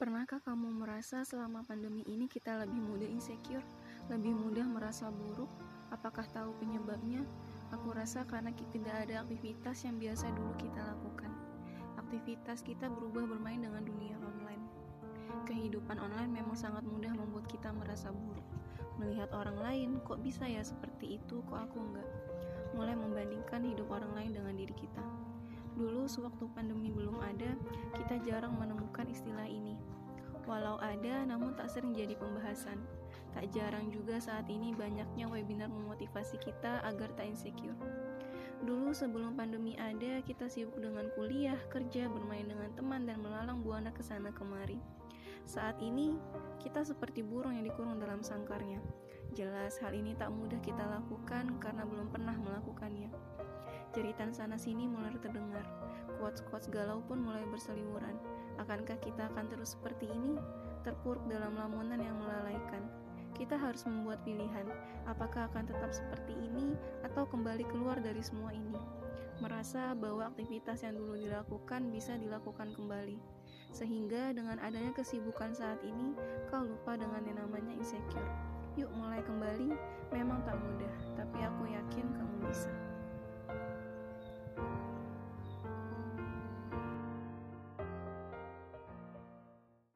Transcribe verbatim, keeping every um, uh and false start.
Pernahkah kamu merasa selama pandemi ini kita lebih mudah insecure, lebih mudah merasa buruk? Apakah tahu penyebabnya? Aku rasa karena kita tidak ada aktivitas yang biasa dulu kita lakukan. Aktivitas kita berubah bermain dengan dunia online. Kehidupan online memang sangat mudah membuat kita merasa buruk. Melihat orang lain, kok bisa ya seperti itu, kok aku enggak? Mulai membandingkan hidup orang lain dengan diri kita. Dulu sewaktu pandemi belum ada, kita jarang menemukan istilah ini. Walau ada, namun tak sering jadi pembahasan. Tak jarang juga saat ini banyaknya webinar memotivasi kita agar tak insecure. Dulu sebelum pandemi ada, kita sibuk dengan kuliah, kerja, bermain dengan teman, dan melalang buana ke sana kemari. Saat ini, kita seperti burung yang dikurung dalam sangkarnya. Jelas hal ini tak mudah kita lakukan karena belum pernah melakukannya. Jeritan sana-sini mulai terdengar, quotes-quotes galau pun mulai berseliweran. Akankah kita akan terus seperti ini, terpuruk dalam lamunan yang melalaikan? Kita harus membuat pilihan, apakah akan tetap seperti ini atau kembali keluar dari semua ini. Merasa bahwa aktivitas yang dulu dilakukan bisa dilakukan kembali. Sehingga dengan adanya kesibukan saat ini, kau lupa dengan yang namanya insecure. Yuk mulai kembali, memang tak mudah, tapi aku